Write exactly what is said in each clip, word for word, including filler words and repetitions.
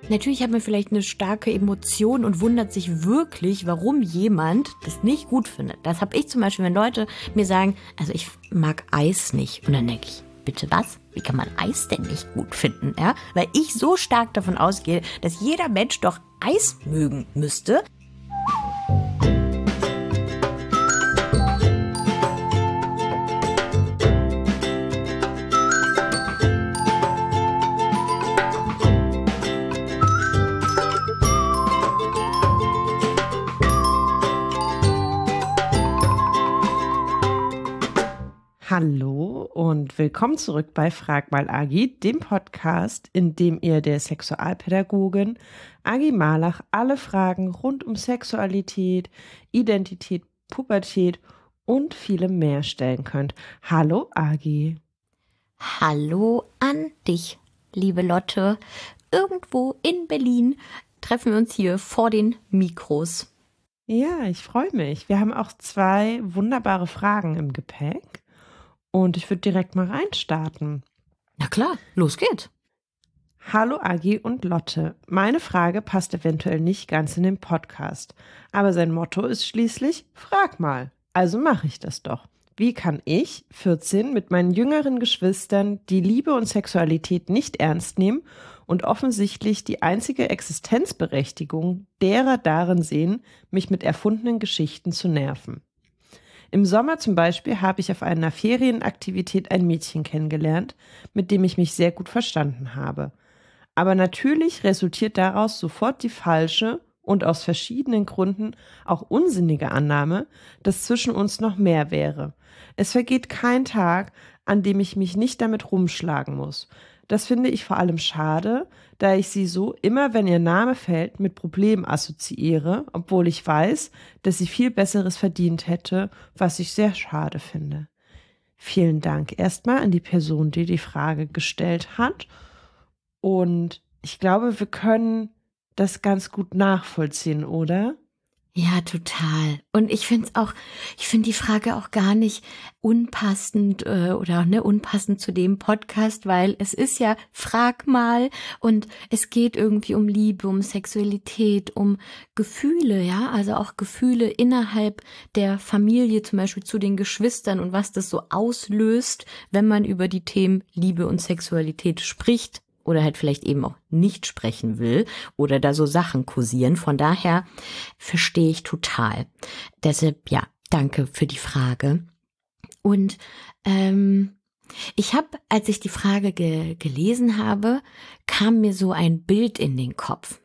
Natürlich hat man vielleicht eine starke Emotion und wundert sich wirklich, warum jemand das nicht gut findet. Das habe ich zum Beispiel, wenn Leute mir sagen, also ich mag Eis nicht. Und dann denke ich, bitte was? Wie kann man Eis denn nicht gut finden? Ja? Weil ich so stark davon ausgehe, dass jeder Mensch doch Eis mögen müsste. Hallo und willkommen zurück bei Frag mal Agi, dem Podcast, in dem ihr der Sexualpädagogin Agi Malach alle Fragen rund um Sexualität, Identität, Pubertät und vielem mehr stellen könnt. Hallo Agi. Hallo an dich, liebe Lotte. Irgendwo in Berlin treffen wir uns hier vor den Mikros. Ja, ich freue mich. Wir haben auch zwei wunderbare Fragen im Gepäck. Und ich würde direkt mal reinstarten. Na klar, los geht's. Hallo Agi und Lotte. Meine Frage passt eventuell nicht ganz in den Podcast. Aber sein Motto ist schließlich, frag mal. Also mache ich das doch. Wie kann ich, vierzehn, mit meinen jüngeren Geschwistern die Liebe und Sexualität nicht ernst nehmen und offensichtlich die einzige Existenzberechtigung derer darin sehen, mich mit erfundenen Geschichten zu nerven? Im Sommer zum Beispiel habe ich auf einer Ferienaktivität ein Mädchen kennengelernt, mit dem ich mich sehr gut verstanden habe. Aber natürlich resultiert daraus sofort die falsche und aus verschiedenen Gründen auch unsinnige Annahme, dass zwischen uns noch mehr wäre. Es vergeht kein Tag, an dem ich mich nicht damit rumschlagen muss. Das finde ich vor allem schade, da ich sie so immer, wenn ihr Name fällt, mit Problemen assoziiere, obwohl ich weiß, dass sie viel Besseres verdient hätte, was ich sehr schade finde. Vielen Dank erstmal an die Person, die die Frage gestellt hat. Und ich glaube, wir können das ganz gut nachvollziehen, oder? Ja, total. Und ich finde es auch, ich finde die Frage auch gar nicht unpassend äh, oder ne unpassend zu dem Podcast, weil es ist ja frag mal und es geht irgendwie um Liebe, um Sexualität, um Gefühle, ja, also auch Gefühle innerhalb der Familie, zum Beispiel zu den Geschwistern und was das so auslöst, wenn man über die Themen Liebe und Sexualität spricht. Oder halt vielleicht eben auch nicht sprechen will oder da so Sachen kursieren. Von daher verstehe ich total. Deshalb, ja, danke für die Frage. Und ähm, ich habe, als ich die Frage ge- gelesen habe, kam mir so ein Bild in den Kopf.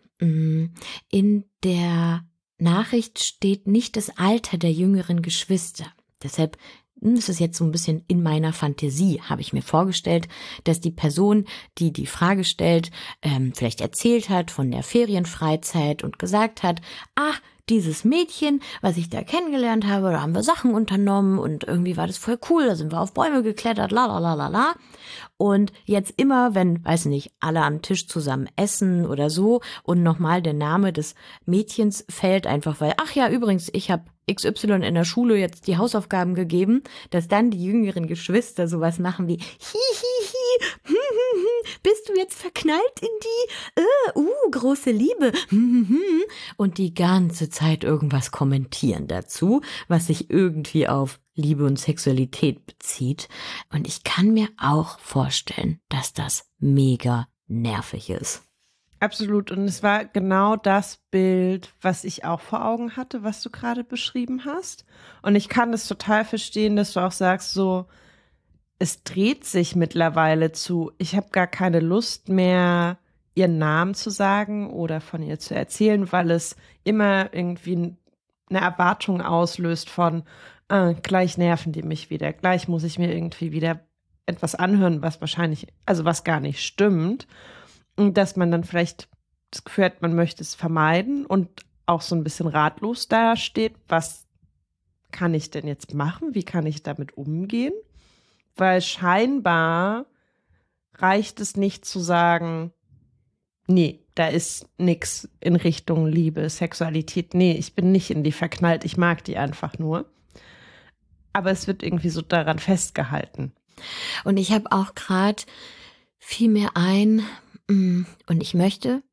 In der Nachricht steht nicht das Alter der jüngeren Geschwister. Deshalb das ist jetzt so ein bisschen in meiner Fantasie, habe ich mir vorgestellt, dass die Person, die die Frage stellt, ähm, vielleicht erzählt hat von der Ferienfreizeit und gesagt hat, ach, dieses Mädchen, was ich da kennengelernt habe, da haben wir Sachen unternommen und irgendwie war das voll cool, da sind wir auf Bäume geklettert, la la la la la. Und jetzt immer, wenn, weiß nicht, alle am Tisch zusammen essen oder so und nochmal der Name des Mädchens fällt, einfach weil, ach ja, übrigens, ich habe X Y in der Schule jetzt die Hausaufgaben gegeben, dass dann die jüngeren Geschwister sowas machen wie, hi, hi, hi, hm, hm, hm, bist du jetzt verknallt in die, äh, uh, große Liebe, hm, hm, hm, und die ganze Zeit irgendwas kommentieren dazu, was sich irgendwie auf Liebe und Sexualität bezieht. Und ich kann mir auch vorstellen, dass das mega nervig ist. Absolut. Und es war genau das Bild, was ich auch vor Augen hatte, was du gerade beschrieben hast. Und ich kann das total verstehen, dass du auch sagst, so, es dreht sich mittlerweile zu, ich habe gar keine Lust mehr, ihren Namen zu sagen oder von ihr zu erzählen, weil es immer irgendwie eine Erwartung auslöst von, ah, gleich nerven die mich wieder, gleich muss ich mir irgendwie wieder etwas anhören, was wahrscheinlich, also was gar nicht stimmt. Und dass man dann vielleicht das Gefühl hat, man möchte es vermeiden und auch so ein bisschen ratlos dasteht, was kann ich denn jetzt machen? Wie kann ich damit umgehen? Weil scheinbar reicht es nicht zu sagen, nee, da ist nix in Richtung Liebe, Sexualität. Nee, ich bin nicht in die verknallt, ich mag die einfach nur. Aber es wird irgendwie so daran festgehalten. Und ich habe auch gerade fiel mir ein, und ich möchte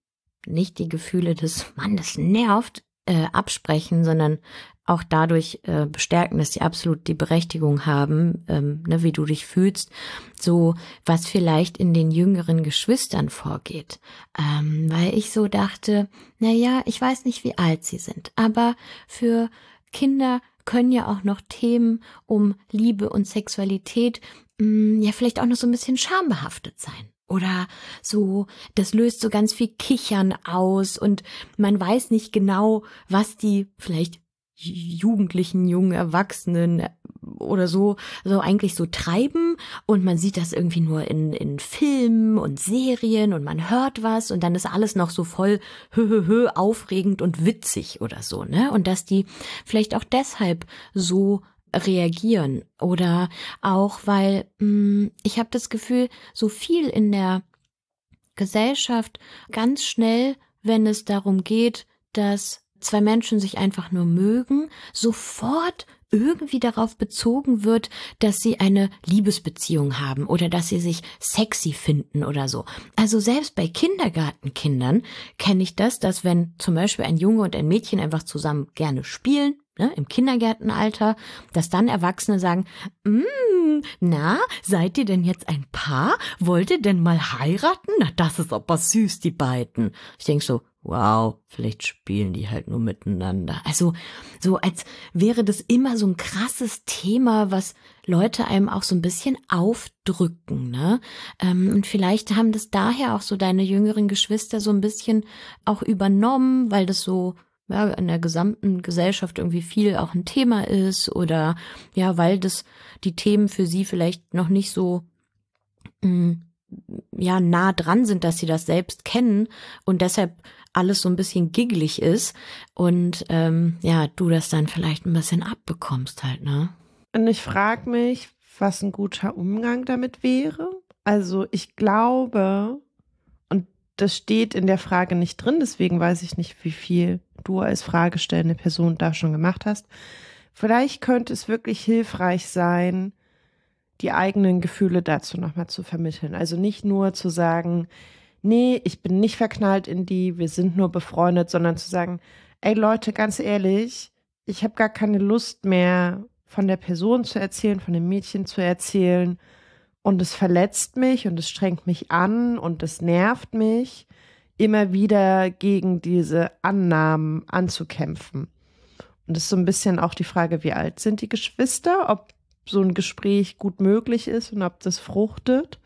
nicht die Gefühle des Mann, das nervt, äh, absprechen, sondern auch dadurch äh, bestärken, dass sie absolut die Berechtigung haben, ähm, ne, wie du dich fühlst, so was vielleicht in den jüngeren Geschwistern vorgeht. Ähm, weil ich so dachte, na ja, ich weiß nicht, wie alt sie sind, aber für Kinder können ja auch noch Themen um Liebe und Sexualität mh, ja vielleicht auch noch so ein bisschen schambehaftet sein. Oder so, das löst so ganz viel Kichern aus und man weiß nicht genau, was die vielleicht Jugendlichen, jungen Erwachsenen oder so, so eigentlich so treiben und man sieht das irgendwie nur in, in Filmen und Serien und man hört was und dann ist alles noch so voll hö, hö, hö, aufregend und witzig oder so, ne? Und dass die vielleicht auch deshalb so reagieren oder auch, weil mh, ich habe das Gefühl, so viel in der Gesellschaft ganz schnell, wenn es darum geht, dass zwei Menschen sich einfach nur mögen, sofort irgendwie darauf bezogen wird, dass sie eine Liebesbeziehung haben oder dass sie sich sexy finden oder so. Also selbst bei Kindergartenkindern kenne ich das, dass wenn zum Beispiel ein Junge und ein Mädchen einfach zusammen gerne spielen, ne, im Kindergärtenalter, dass dann Erwachsene sagen, mm, na, seid ihr denn jetzt ein Paar? Wollt ihr denn mal heiraten? Na, das ist aber süß, die beiden. Ich denke so, wow, vielleicht spielen die halt nur miteinander. Also so als wäre das immer so ein krasses Thema, was Leute einem auch so ein bisschen aufdrücken, ne? Ähm, und vielleicht haben das daher auch so deine jüngeren Geschwister so ein bisschen auch übernommen, weil das so ja, in der gesamten Gesellschaft irgendwie viel auch ein Thema ist oder ja, weil das die Themen für sie vielleicht noch nicht so mh, ja nah dran sind, dass sie das selbst kennen und deshalb alles so ein bisschen giggelig ist und ähm, ja, du das dann vielleicht ein bisschen abbekommst halt, ne? Und ich frage mich, was ein guter Umgang damit wäre. Also ich glaube, und das steht in der Frage nicht drin, deswegen weiß ich nicht, wie viel du als fragestellende Person da schon gemacht hast. Vielleicht könnte es wirklich hilfreich sein, die eigenen Gefühle dazu nochmal zu vermitteln. Also nicht nur zu sagen, nee, ich bin nicht verknallt in die, wir sind nur befreundet, sondern zu sagen, ey Leute, ganz ehrlich, ich habe gar keine Lust mehr von der Person zu erzählen, von dem Mädchen zu erzählen und es verletzt mich und es strengt mich an und es nervt mich, immer wieder gegen diese Annahmen anzukämpfen. Und das ist so ein bisschen auch die Frage, wie alt sind die Geschwister, ob so ein Gespräch gut möglich ist und ob das fruchtet.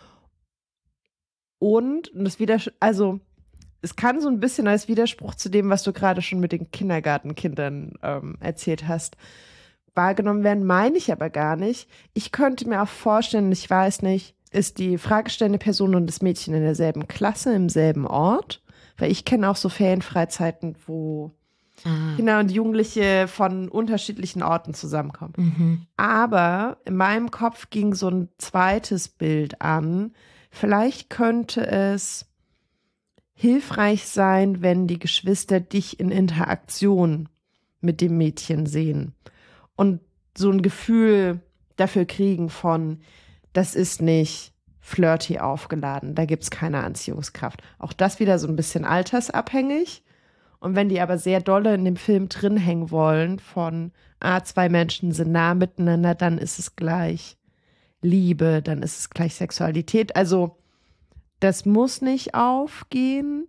Und, und das wieder, also es kann so ein bisschen als Widerspruch zu dem, was du gerade schon mit den Kindergartenkindern ähm, erzählt hast, wahrgenommen werden, meine ich aber gar nicht. Ich könnte mir auch vorstellen, ich weiß nicht, ist die fragestellende Person und das Mädchen in derselben Klasse, im selben Ort? Weil ich kenne auch so Ferienfreizeiten, wo ah. Kinder und Jugendliche von unterschiedlichen Orten zusammenkommen. Mhm. Aber in meinem Kopf ging so ein zweites Bild an. Vielleicht könnte es hilfreich sein, wenn die Geschwister dich in Interaktion mit dem Mädchen sehen und so ein Gefühl dafür kriegen von, das ist nicht flirty aufgeladen, da gibt es keine Anziehungskraft. Auch das wieder so ein bisschen altersabhängig. Und wenn die aber sehr dolle in dem Film drin hängen wollen von, ah, zwei Menschen sind nah miteinander, dann ist es gleich Liebe, dann ist es gleich Sexualität. Also das muss nicht aufgehen.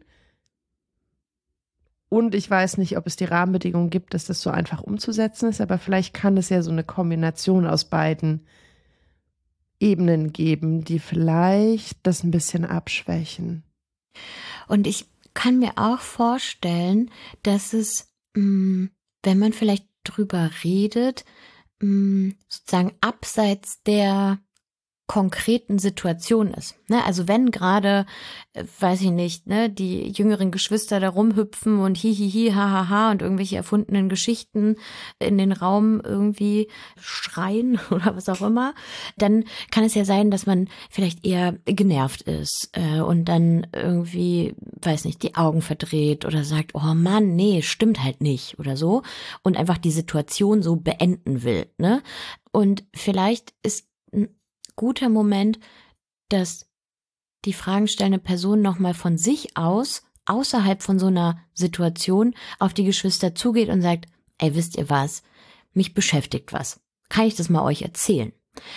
Und ich weiß nicht, ob es die Rahmenbedingungen gibt, dass das so einfach umzusetzen ist, aber vielleicht kann es ja so eine Kombination aus beiden Ebenen geben, die vielleicht das ein bisschen abschwächen. Und ich kann mir auch vorstellen, dass es, mh, wenn man vielleicht drüber redet, mh, sozusagen abseits der konkreten Situation ist. Ne? Also wenn gerade, äh, weiß ich nicht, ne, die jüngeren Geschwister da rumhüpfen und hihihi, hahaha und irgendwelche erfundenen Geschichten in den Raum irgendwie schreien oder was auch immer, dann kann es ja sein, dass man vielleicht eher genervt ist äh, und dann irgendwie, weiß nicht, die Augen verdreht oder sagt, oh Mann, nee, stimmt halt nicht oder so und einfach die Situation so beenden will. Ne? Und vielleicht ist guter Moment, dass die fragenstellende Person nochmal von sich aus außerhalb von so einer Situation auf die Geschwister zugeht und sagt, ey, wisst ihr was, mich beschäftigt was. Kann ich das mal euch erzählen?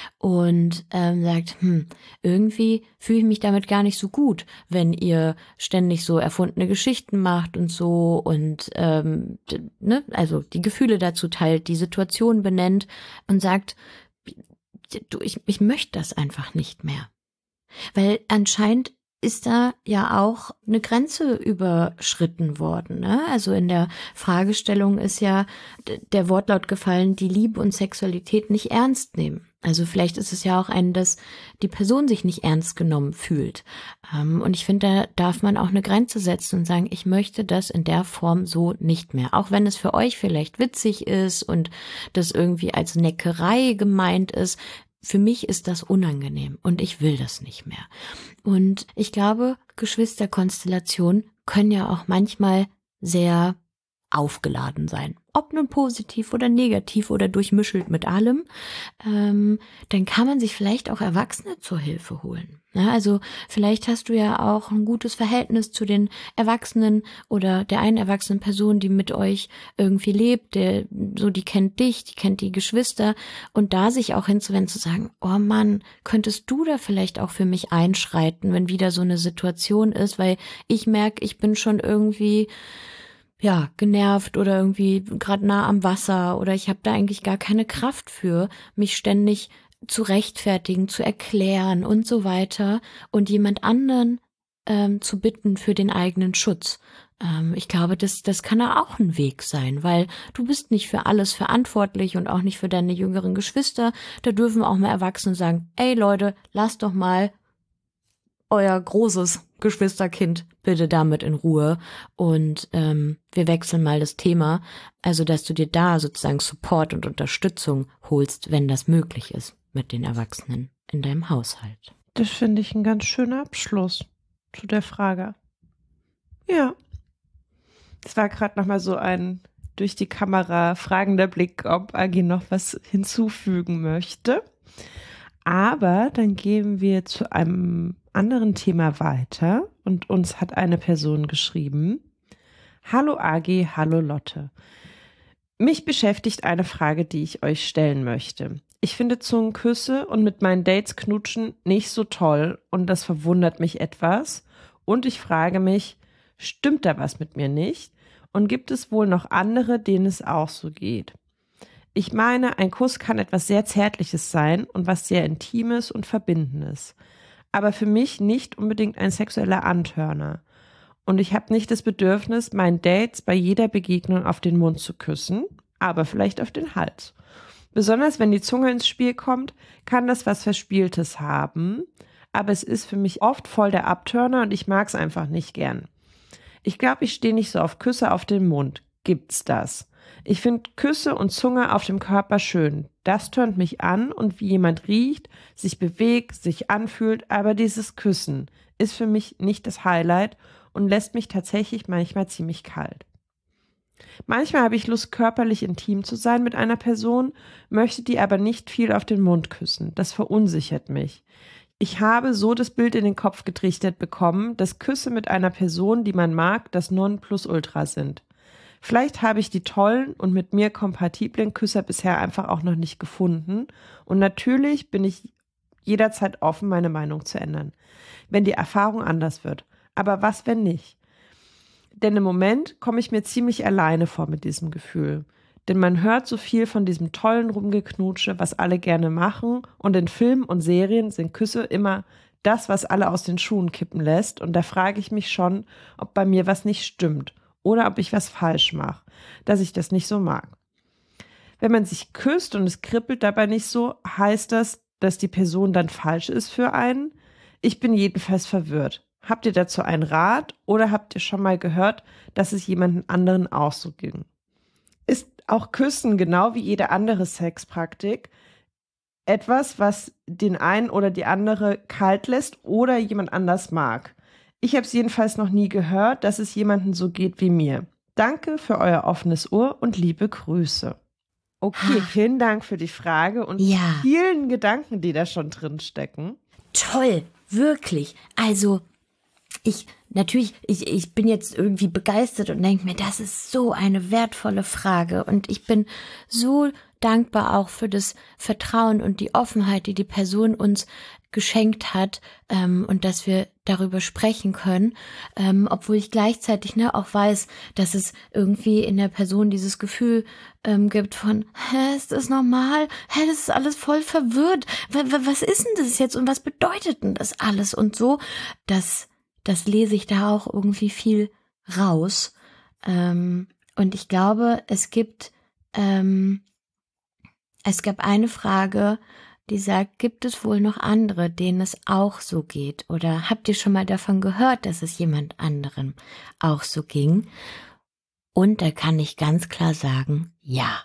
Und ähm, sagt, hm, irgendwie fühle ich mich damit gar nicht so gut, wenn ihr ständig so erfundene Geschichten macht und so und ähm, ne, also die Gefühle dazu teilt, die Situation benennt und sagt, du, ich, ich möchte das einfach nicht mehr. Weil anscheinend ist da ja auch eine Grenze überschritten worden, ne? Also in der Fragestellung ist ja d- der Wortlaut gefallen, die Liebe und Sexualität nicht ernst nehmen. Also vielleicht ist es ja auch ein, dass die Person sich nicht ernst genommen fühlt. Ähm, und ich finde, da darf man auch eine Grenze setzen und sagen, ich möchte das in der Form so nicht mehr. Auch wenn es für euch vielleicht witzig ist und das irgendwie als Neckerei gemeint ist. Für mich ist das unangenehm und ich will das nicht mehr. Und ich glaube, Geschwisterkonstellationen können ja auch manchmal sehr aufgeladen sein. Ob nun positiv oder negativ oder durchmischelt mit allem, ähm, dann kann man sich vielleicht auch Erwachsene zur Hilfe holen. Ja, also vielleicht hast du ja auch ein gutes Verhältnis zu den Erwachsenen oder der einen erwachsenen Person, die mit euch irgendwie lebt, der so, die kennt dich, die kennt die Geschwister und da sich auch hinzuwenden, zu sagen, oh Mann, könntest du da vielleicht auch für mich einschreiten, wenn wieder so eine Situation ist, weil ich merke, ich bin schon irgendwie ja, genervt oder irgendwie gerade nah am Wasser oder ich habe da eigentlich gar keine Kraft für, mich ständig zu rechtfertigen, zu erklären und so weiter und jemand anderen ähm, zu bitten für den eigenen Schutz. Ähm, ich glaube, das, das kann ja auch ein Weg sein, weil du bist nicht für alles verantwortlich und auch nicht für deine jüngeren Geschwister. Da dürfen auch mal Erwachsene sagen, ey Leute, lasst doch mal euer großes Geschwisterkind bitte damit in Ruhe und ähm, wir wechseln mal das Thema, also dass du dir da sozusagen Support und Unterstützung holst, wenn das möglich ist mit den Erwachsenen in deinem Haushalt. Das finde ich ein ganz schöner Abschluss zu der Frage. Ja, es war gerade nochmal so ein durch die Kamera fragender Blick, ob Agi noch was hinzufügen möchte. Aber dann gehen wir zu einem anderen Thema weiter und uns hat eine Person geschrieben. Hallo Agi, hallo Lotte. Mich beschäftigt eine Frage, die ich euch stellen möchte. Ich finde Zungenküsse und mit meinen Dates knutschen nicht so toll und das verwundert mich etwas. Und ich frage mich, stimmt da was mit mir nicht? Und gibt es wohl noch andere, denen es auch so geht? Ich meine, ein Kuss kann etwas sehr Zärtliches sein und was sehr Intimes und Verbindendes. Aber für mich nicht unbedingt ein sexueller Antörner. Und ich habe nicht das Bedürfnis, meinen Dates bei jeder Begegnung auf den Mund zu küssen, aber vielleicht auf den Hals. Besonders wenn die Zunge ins Spiel kommt, kann das was Verspieltes haben, aber es ist für mich oft voll der Abturner und ich mag es einfach nicht gern. Ich glaube, ich stehe nicht so auf Küsse auf den Mund. Gibt's das? Ich finde Küsse und Zunge auf dem Körper schön. Das tönt mich an und wie jemand riecht, sich bewegt, sich anfühlt, aber dieses Küssen ist für mich nicht das Highlight und lässt mich tatsächlich manchmal ziemlich kalt. Manchmal habe ich Lust, körperlich intim zu sein mit einer Person, möchte die aber nicht viel auf den Mund küssen. Das verunsichert mich. Ich habe so das Bild in den Kopf getrichtert bekommen, dass Küsse mit einer Person, die man mag, das Nonplusultra sind. Vielleicht habe ich die tollen und mit mir kompatiblen Küsser bisher einfach auch noch nicht gefunden. Und natürlich bin ich jederzeit offen, meine Meinung zu ändern, wenn die Erfahrung anders wird. Aber was, wenn nicht? Denn im Moment komme ich mir ziemlich alleine vor mit diesem Gefühl. Denn man hört so viel von diesem tollen Rumgeknutsche, was alle gerne machen. Und in Filmen und Serien sind Küsse immer das, was alle aus den Schuhen kippen lässt. Und da frage ich mich schon, ob bei mir was nicht stimmt. Oder ob ich was falsch mache, dass ich das nicht so mag. Wenn man sich küsst und es kribbelt dabei nicht so, heißt das, dass die Person dann falsch ist für einen? Ich bin jedenfalls verwirrt. Habt ihr dazu einen Rat oder habt ihr schon mal gehört, dass es jemanden anderen auch so ging? Ist auch Küssen genau wie jede andere Sexpraktik etwas, was den einen oder die andere kalt lässt oder jemand anders mag? Ich habe es jedenfalls noch nie gehört, dass es jemandem so geht wie mir. Danke für euer offenes Ohr und liebe Grüße. Okay, vielen Dank für die Frage und Ja. vielen Gedanken, die da schon drin stecken. Toll, wirklich. Also ich, natürlich, ich, ich bin jetzt irgendwie begeistert und denke mir, das ist so eine wertvolle Frage und ich bin so dankbar auch für das Vertrauen und die Offenheit, die die Person uns geschenkt hat, ähm, und dass wir darüber sprechen können, ähm, obwohl ich gleichzeitig ne auch weiß, dass es irgendwie in der Person dieses Gefühl ähm, gibt von, hä, ist das normal? Hä, das ist alles voll verwirrt. W- w- was ist denn das jetzt und was bedeutet denn das alles? Und so, das, das lese ich da auch irgendwie viel raus. Ähm, und ich glaube, es gibt, ähm, es gab eine Frage, die sagt, gibt es wohl noch andere, denen es auch so geht? Oder habt ihr schon mal davon gehört, dass es jemand anderem auch so ging? Und da kann ich ganz klar sagen, ja.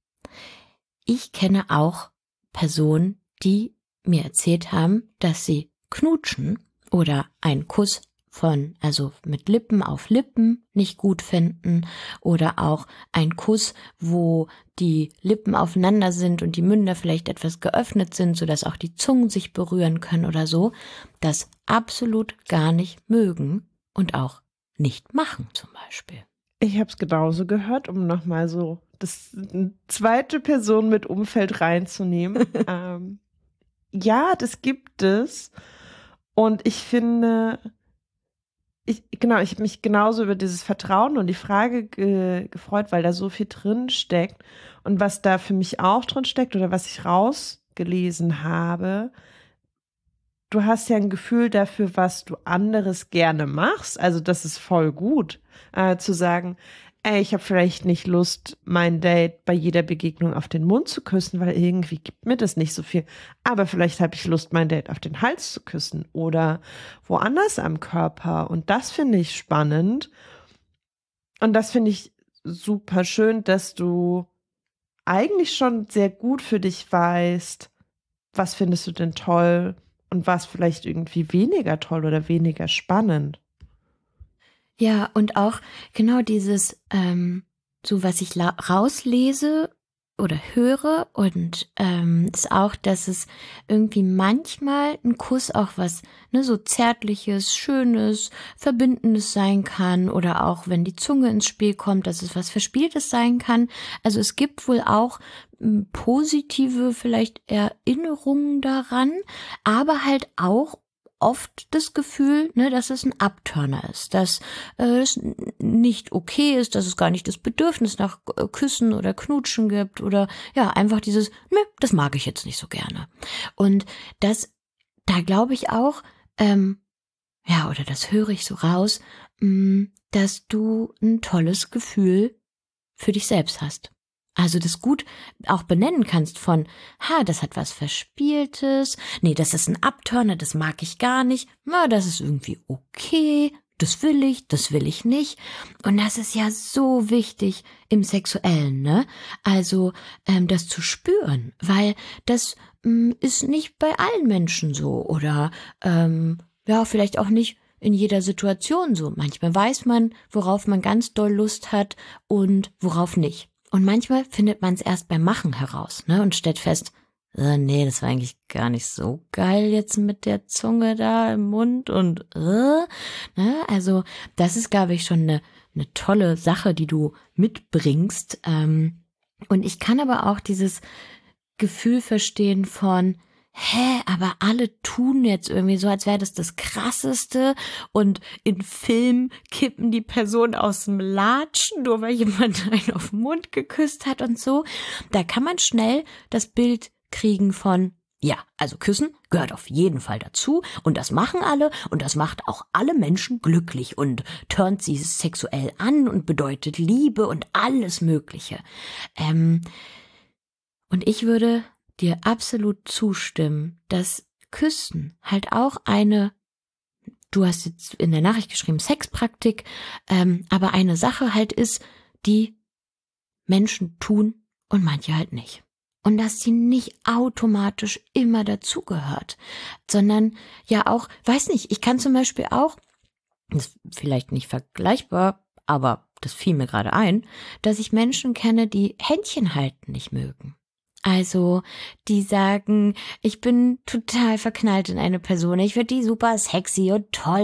Ich kenne auch Personen, die mir erzählt haben, dass sie knutschen oder einen Kuss von, also mit Lippen auf Lippen nicht gut finden oder auch ein Kuss, wo die Lippen aufeinander sind und die Münder vielleicht etwas geöffnet sind, sodass auch die Zungen sich berühren können oder so, das absolut gar nicht mögen und auch nicht machen zum Beispiel. Ich habe es genauso gehört, um nochmal so das eine zweite Person mit Umfeld reinzunehmen. ähm, ja, das gibt es und ich finde, Ich, genau, ich habe mich genauso über dieses Vertrauen und die Frage ge gefreut, weil da so viel drin steckt. Und was da für mich auch drin steckt oder was ich rausgelesen habe, du hast ja ein Gefühl dafür, was du anderes gerne machst. Also das ist voll gut, äh, zu sagen, ey, ich habe vielleicht nicht Lust, mein Date bei jeder Begegnung auf den Mund zu küssen, weil irgendwie gibt mir das nicht so viel. Aber vielleicht habe ich Lust, mein Date auf den Hals zu küssen oder woanders am Körper. Und das finde ich spannend. Und das finde ich super schön, dass du eigentlich schon sehr gut für dich weißt, was findest du denn toll und was vielleicht irgendwie weniger toll oder weniger spannend. Ja, und auch genau dieses, ähm, so was ich la- rauslese oder höre und ähm, ist auch, dass es irgendwie manchmal ein Kuss auch was, ne, so Zärtliches, Schönes, Verbindendes sein kann oder auch wenn die Zunge ins Spiel kommt, dass es was Verspieltes sein kann. Also es gibt wohl auch m, positive vielleicht Erinnerungen daran, aber halt auch oft das Gefühl, ne, dass es ein Abturner ist, dass äh, es nicht okay ist, dass es gar nicht das Bedürfnis nach äh, Küssen oder Knutschen gibt oder ja, einfach dieses, ne, das mag ich jetzt nicht so gerne. Und das, da glaube ich auch, ähm, ja, oder das höre ich so raus, mh, dass du ein tolles Gefühl für dich selbst hast. Also das gut auch benennen kannst von, ha, das hat was Verspieltes, nee, das ist ein Abturner, das mag ich gar nicht, na, das ist irgendwie okay, das will ich, das will ich nicht. Und das ist ja so wichtig im Sexuellen, ne? Also ähm, das zu spüren, weil das ähm, ist nicht bei allen Menschen so oder ähm, ja, vielleicht auch nicht in jeder Situation so. Manchmal weiß man, worauf man ganz doll Lust hat und worauf nicht. Und manchmal findet man es erst beim Machen heraus, ne, und stellt fest, äh, nee, das war eigentlich gar nicht so geil jetzt mit der Zunge da im Mund und äh, ne, also das ist, glaube ich, schon eine eine tolle Sache, die du mitbringst. Ähm, und ich kann aber auch dieses Gefühl verstehen von, hä, aber alle tun jetzt irgendwie so, als wäre das das Krasseste und in Filmen kippen die Person aus dem Latschen, nur weil jemand einen auf den Mund geküsst hat und so. Da kann man schnell das Bild kriegen von, ja, also küssen gehört auf jeden Fall dazu und das machen alle und das macht auch alle Menschen glücklich und turnt sie sexuell an und bedeutet Liebe und alles Mögliche. Ähm, und ich würde dir absolut zustimmen, dass Küssen halt auch eine, du hast jetzt in der Nachricht geschrieben, Sexpraktik, ähm, aber eine Sache halt ist, die Menschen tun und manche halt nicht. Und dass die nicht automatisch immer dazugehört, sondern ja auch, weiß nicht, ich kann zum Beispiel auch, das ist vielleicht nicht vergleichbar, aber das fiel mir gerade ein, dass ich Menschen kenne, die Händchen halten nicht mögen. Also, die sagen, ich bin total verknallt in eine Person, ich finde die super sexy und toll und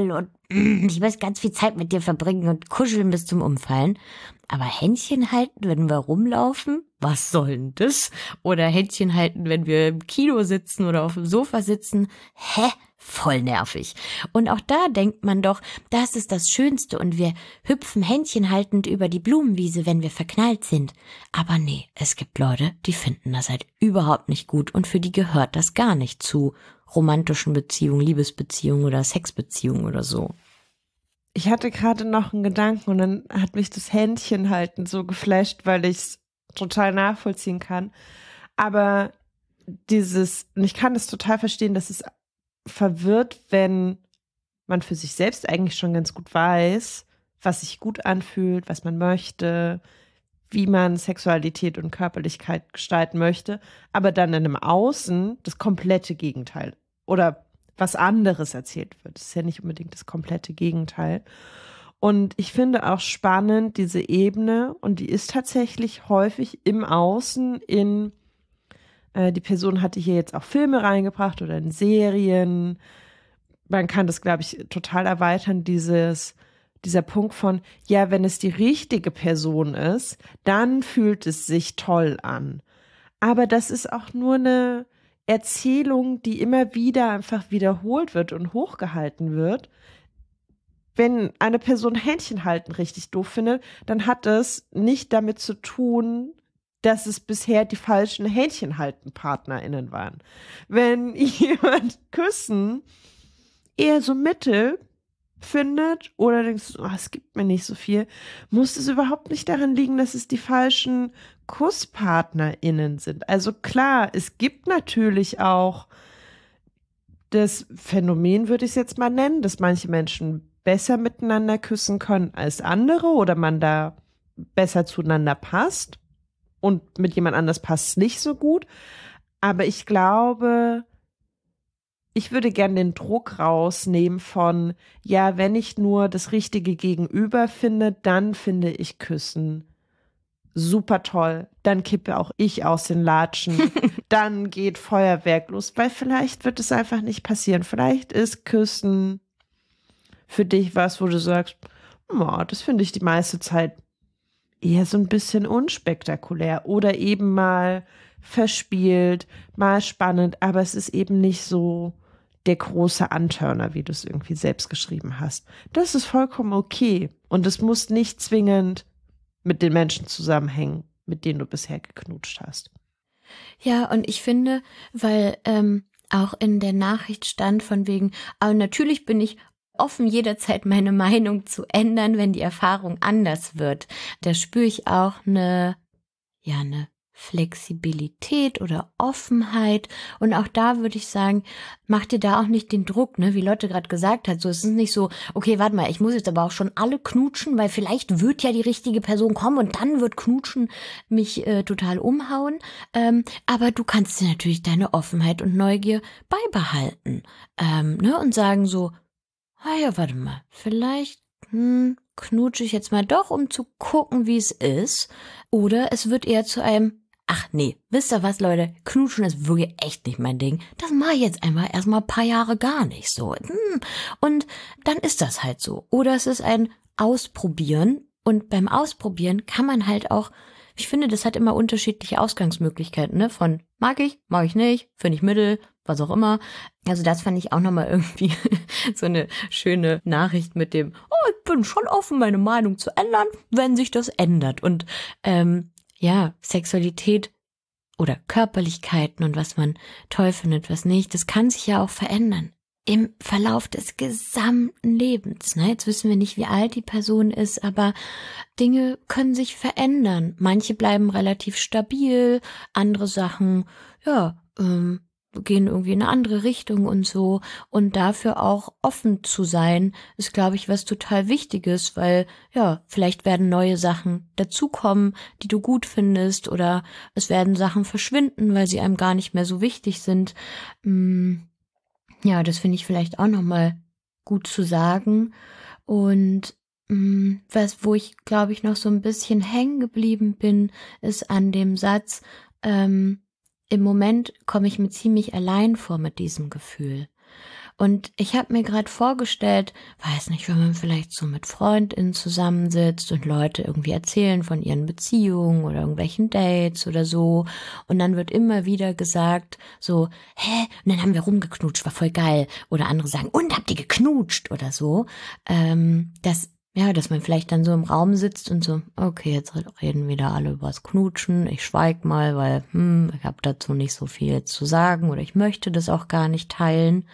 ich möchte ganz viel Zeit mit dir verbringen und kuscheln bis zum Umfallen. Aber Händchen halten, wenn wir rumlaufen, was soll denn das? Oder Händchen halten, wenn wir im Kino sitzen oder auf dem Sofa sitzen, hä? Voll nervig. Und auch da denkt man doch, das ist das Schönste und wir hüpfen Händchen haltend über die Blumenwiese, wenn wir verknallt sind. Aber nee, es gibt Leute, die finden das halt überhaupt nicht gut und für die gehört das gar nicht zu romantischen Beziehungen, Liebesbeziehungen oder Sexbeziehungen oder so. Ich hatte gerade noch einen Gedanken und dann hat mich das Händchen halten so geflasht, weil ich es total nachvollziehen kann. Aber dieses, und ich kann es total verstehen, dass es verwirrt, wenn man für sich selbst eigentlich schon ganz gut weiß, was sich gut anfühlt, was man möchte, wie man Sexualität und Körperlichkeit gestalten möchte, aber dann in einem Außen das komplette Gegenteil oder was anderes erzählt wird. Das ist ja nicht unbedingt das komplette Gegenteil. Und ich finde auch spannend diese Ebene, und die ist tatsächlich häufig im Außen in Die Person hatte hier jetzt auch Filme reingebracht oder in Serien. Man kann das, glaube ich, total erweitern, dieses, dieser Punkt von, ja, wenn es die richtige Person ist, dann fühlt es sich toll an. Aber das ist auch nur eine Erzählung, die immer wieder einfach wiederholt wird und hochgehalten wird. Wenn eine Person Händchen halten richtig doof findet, dann hat es nicht damit zu tun, dass es bisher die falschen Händchenhalten-PartnerInnen waren. Wenn jemand Küssen eher so mittel findet oder denkst, oh, es gibt mir nicht so viel, muss es überhaupt nicht daran liegen, dass es die falschen KusspartnerInnen sind. Also klar, es gibt natürlich auch das Phänomen, würde ich es jetzt mal nennen, dass manche Menschen besser miteinander küssen können als andere oder man da besser zueinander passt. Und mit jemand anders passt es nicht so gut. Aber ich glaube, ich würde gern den Druck rausnehmen von, ja, wenn ich nur das richtige Gegenüber finde, dann finde ich Küssen super toll. Dann kippe auch ich aus den Latschen. Dann geht Feuerwerk los, weil vielleicht wird es einfach nicht passieren. Vielleicht ist Küssen für dich was, wo du sagst, oh, das finde ich die meiste Zeit eher so ein bisschen unspektakulär oder eben mal verspielt, mal spannend, aber es ist eben nicht so der große Antörner, wie du es irgendwie selbst geschrieben hast. Das ist vollkommen okay und es muss nicht zwingend mit den Menschen zusammenhängen, mit denen du bisher geknutscht hast. Ja, und ich finde, weil ähm, auch in der Nachricht stand von wegen, aber natürlich bin ich offen, jederzeit meine Meinung zu ändern, wenn die Erfahrung anders wird. Da spüre ich auch eine, ja, eine Flexibilität oder Offenheit. Und auch da würde ich sagen, mach dir da auch nicht den Druck, ne, wie Lotte gerade gesagt hat. So, es ist nicht so, okay, warte mal, ich muss jetzt aber auch schon alle knutschen, weil vielleicht wird ja die richtige Person kommen und dann wird Knutschen mich äh, total umhauen. Ähm, aber du kannst dir natürlich deine Offenheit und Neugier beibehalten, ähm, ne, und sagen so, ah ja, warte mal, vielleicht hm, knutsche ich jetzt mal doch, um zu gucken, wie es ist. Oder es wird eher zu einem, ach nee, wisst ihr was, Leute, knutschen ist wirklich echt nicht mein Ding. Das mache ich jetzt einmal erstmal ein paar Jahre gar nicht so. Hm. Und dann ist das halt so. Oder es ist ein Ausprobieren. Und beim Ausprobieren kann man halt auch, ich finde, das hat immer unterschiedliche Ausgangsmöglichkeiten, ne? Von mag ich, mag ich nicht, finde ich mittel, was auch immer. Also das fand ich auch nochmal irgendwie so eine schöne Nachricht mit dem, oh, ich bin schon offen, meine Meinung zu ändern, wenn sich das ändert. Und ähm, ja, Sexualität oder Körperlichkeiten und was man toll findet, was nicht, das kann sich ja auch verändern. Im Verlauf des gesamten Lebens. Ne? Jetzt wissen wir nicht, wie alt die Person ist, aber Dinge können sich verändern. Manche bleiben relativ stabil, andere Sachen, ja, ähm, gehen irgendwie in eine andere Richtung und so. Und dafür auch offen zu sein, ist, glaube ich, was total Wichtiges, weil, ja, vielleicht werden neue Sachen dazukommen, die du gut findest, oder es werden Sachen verschwinden, weil sie einem gar nicht mehr so wichtig sind. Hm. Ja, das finde ich vielleicht auch nochmal gut zu sagen. Und mh, was, wo ich, glaube ich, noch so ein bisschen hängen geblieben bin, ist an dem Satz, ähm, im Moment komme ich mir ziemlich allein vor mit diesem Gefühl. Und ich habe mir gerade vorgestellt, weiß nicht, wenn man vielleicht so mit FreundInnen zusammensitzt und Leute irgendwie erzählen von ihren Beziehungen oder irgendwelchen Dates oder so. Und dann wird immer wieder gesagt, so, hä? Und dann haben wir rumgeknutscht, war voll geil. Oder andere sagen, und habt ihr geknutscht oder so. Ähm, das Ja, dass man vielleicht dann so im Raum sitzt und so, okay, jetzt reden wieder alle übers Knutschen, ich schweig mal, weil hm, ich habe dazu nicht so viel zu sagen oder ich möchte das auch gar nicht teilen.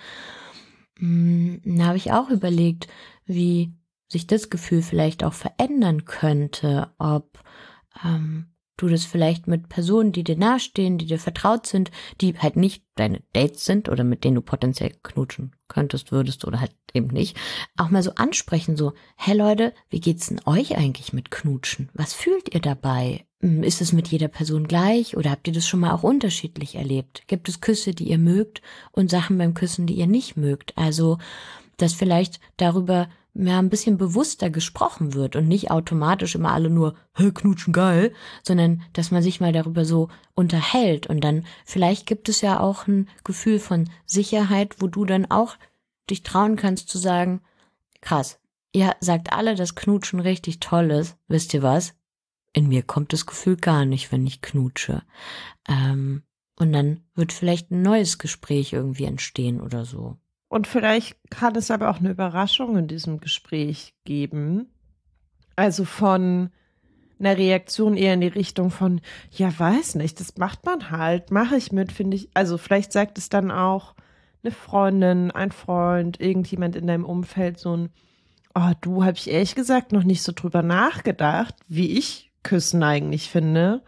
Hm, da habe ich auch überlegt, wie sich das Gefühl vielleicht auch verändern könnte, ob ähm, du das vielleicht mit Personen, die dir nahestehen, die dir vertraut sind, die halt nicht deine Dates sind oder mit denen du potenziell knutschen könntest, würdest oder halt eben nicht, auch mal so ansprechen, so, hey Leute, wie geht's denn euch eigentlich mit Knutschen? Was fühlt ihr dabei? Ist es mit jeder Person gleich oder habt ihr das schon mal auch unterschiedlich erlebt? Gibt es Küsse, die ihr mögt und Sachen beim Küssen, die ihr nicht mögt? Also, dass vielleicht darüber mehr ein bisschen bewusster gesprochen wird und nicht automatisch immer alle nur, hey, knutschen geil, sondern dass man sich mal darüber so unterhält und dann vielleicht gibt es ja auch ein Gefühl von Sicherheit, wo du dann auch dich trauen kannst zu sagen, krass, ihr sagt alle, dass Knutschen richtig toll ist, wisst ihr was? In mir kommt das Gefühl gar nicht, wenn ich knutsche. Ähm, und dann wird vielleicht ein neues Gespräch irgendwie entstehen oder so. Und vielleicht kann es aber auch eine Überraschung in diesem Gespräch geben. Also von einer Reaktion eher in die Richtung von, ja, weiß nicht, das macht man halt, mache ich mit, finde ich. Also vielleicht sagt es dann auch eine Freundin, ein Freund, irgendjemand in deinem Umfeld so ein, oh, du, habe ich ehrlich gesagt noch nicht so drüber nachgedacht, wie ich Küssen eigentlich finde.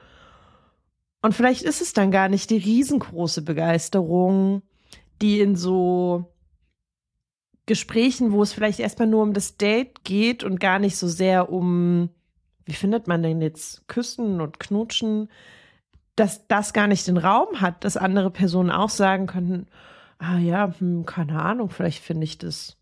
Und vielleicht ist es dann gar nicht die riesengroße Begeisterung, die in so Gesprächen, wo es vielleicht erstmal nur um das Date geht und gar nicht so sehr um, wie findet man denn jetzt Küssen und Knutschen, dass das gar nicht den Raum hat, dass andere Personen auch sagen könnten, ah ja, hm, keine Ahnung, vielleicht finde ich das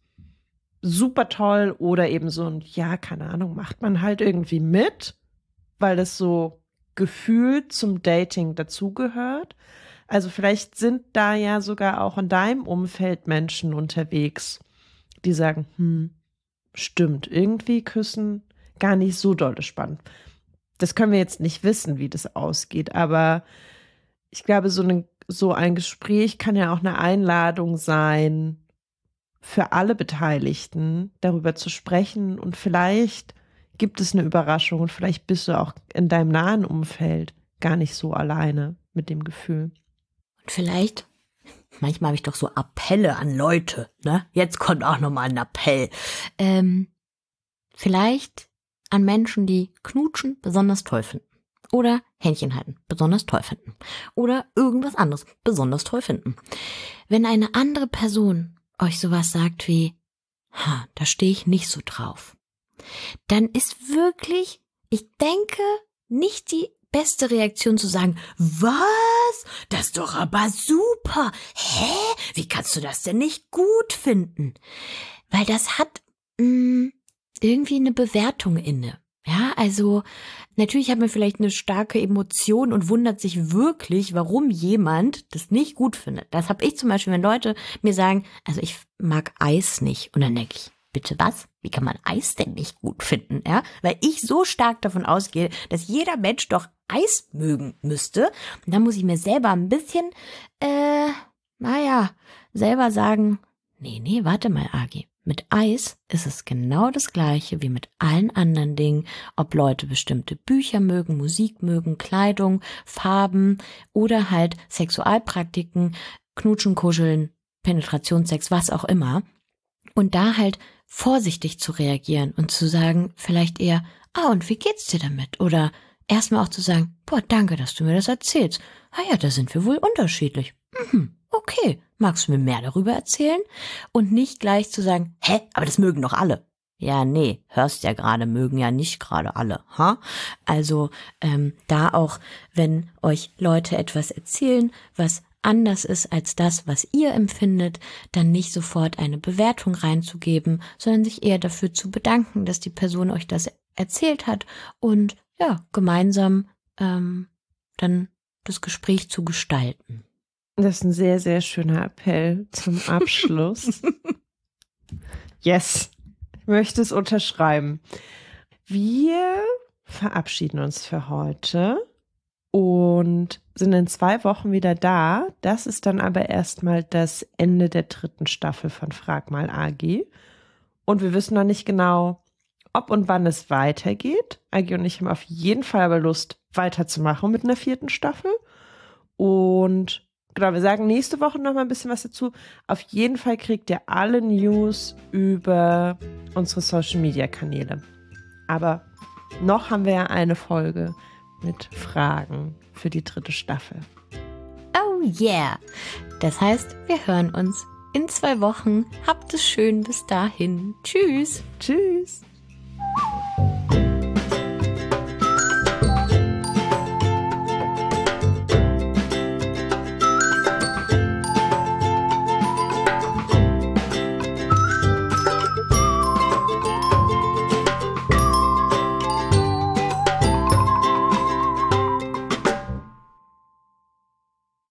super toll oder eben so ein, ja, keine Ahnung, macht man halt irgendwie mit, weil das so gefühlt zum Dating dazugehört. Also vielleicht sind da ja sogar auch in deinem Umfeld Menschen unterwegs, die sagen, hm, stimmt, irgendwie Küssen gar nicht so dolle spannend. Das können wir jetzt nicht wissen, wie das ausgeht, aber ich glaube, so, eine, so ein Gespräch kann ja auch eine Einladung sein, für alle Beteiligten darüber zu sprechen und vielleicht gibt es eine Überraschung und vielleicht bist du auch in deinem nahen Umfeld gar nicht so alleine mit dem Gefühl. Und vielleicht, manchmal habe ich doch so Appelle an Leute, ne? Jetzt kommt auch nochmal ein Appell. Ähm, vielleicht an Menschen, die Knutschen besonders toll finden. Oder Händchen halten besonders toll finden. Oder irgendwas anderes besonders toll finden. Wenn eine andere Person euch sowas sagt wie, ha, da stehe ich nicht so drauf, dann ist wirklich, ich denke, nicht die beste Reaktion zu sagen, was? Das ist doch aber super. Hä? Wie kannst du das denn nicht gut finden? Weil das hat mh, irgendwie eine Bewertung inne. Ja, also natürlich hat man vielleicht eine starke Emotion und wundert sich wirklich, warum jemand das nicht gut findet. Das habe ich zum Beispiel, wenn Leute mir sagen, also ich mag Eis nicht. Und dann denke ich, bitte was? Wie kann man Eis denn nicht gut finden? Ja, weil ich so stark davon ausgehe, dass jeder Mensch doch Eis mögen müsste. Und dann muss ich mir selber ein bisschen, äh, naja, selber sagen, nee, nee, warte mal, Agi. Mit Eis ist es genau das Gleiche wie mit allen anderen Dingen, ob Leute bestimmte Bücher mögen, Musik mögen, Kleidung, Farben oder halt Sexualpraktiken, Knutschen, Kuscheln, Penetrationssex, was auch immer. Und da halt vorsichtig zu reagieren und zu sagen, vielleicht eher, ah, und wie geht's dir damit? Oder erstmal auch zu sagen, boah, danke, dass du mir das erzählst. Ah ja, da sind wir wohl unterschiedlich. Mhm, okay, magst du mir mehr darüber erzählen? Und nicht gleich zu sagen, hä, aber das mögen doch alle. Ja, nee, hörst ja gerade, mögen ja nicht gerade alle. Ha? Also ähm, da auch, wenn euch Leute etwas erzählen, was anders ist als das, was ihr empfindet, dann nicht sofort eine Bewertung reinzugeben, sondern sich eher dafür zu bedanken, dass die Person euch das erzählt hat und ja, gemeinsam ähm, dann das Gespräch zu gestalten. Das ist ein sehr, sehr schöner Appell zum Abschluss. Yes, ich möchte es unterschreiben. Wir verabschieden uns für heute und sind in zwei Wochen wieder da. Das ist dann aber erstmal das Ende der dritten Staffel von Frag mal Agi. Und wir wissen noch nicht genau, ob und wann es weitergeht. Agi und ich haben auf jeden Fall aber Lust, weiterzumachen mit einer vierten Staffel. Und genau, wir sagen nächste Woche noch mal ein bisschen was dazu. Auf jeden Fall kriegt ihr alle News über unsere Social-Media-Kanäle. Aber noch haben wir ja eine Folge mit Fragen für die dritte Staffel. Oh yeah! Das heißt, wir hören uns in zwei Wochen. Habt es schön bis dahin. Tschüss! Tschüss!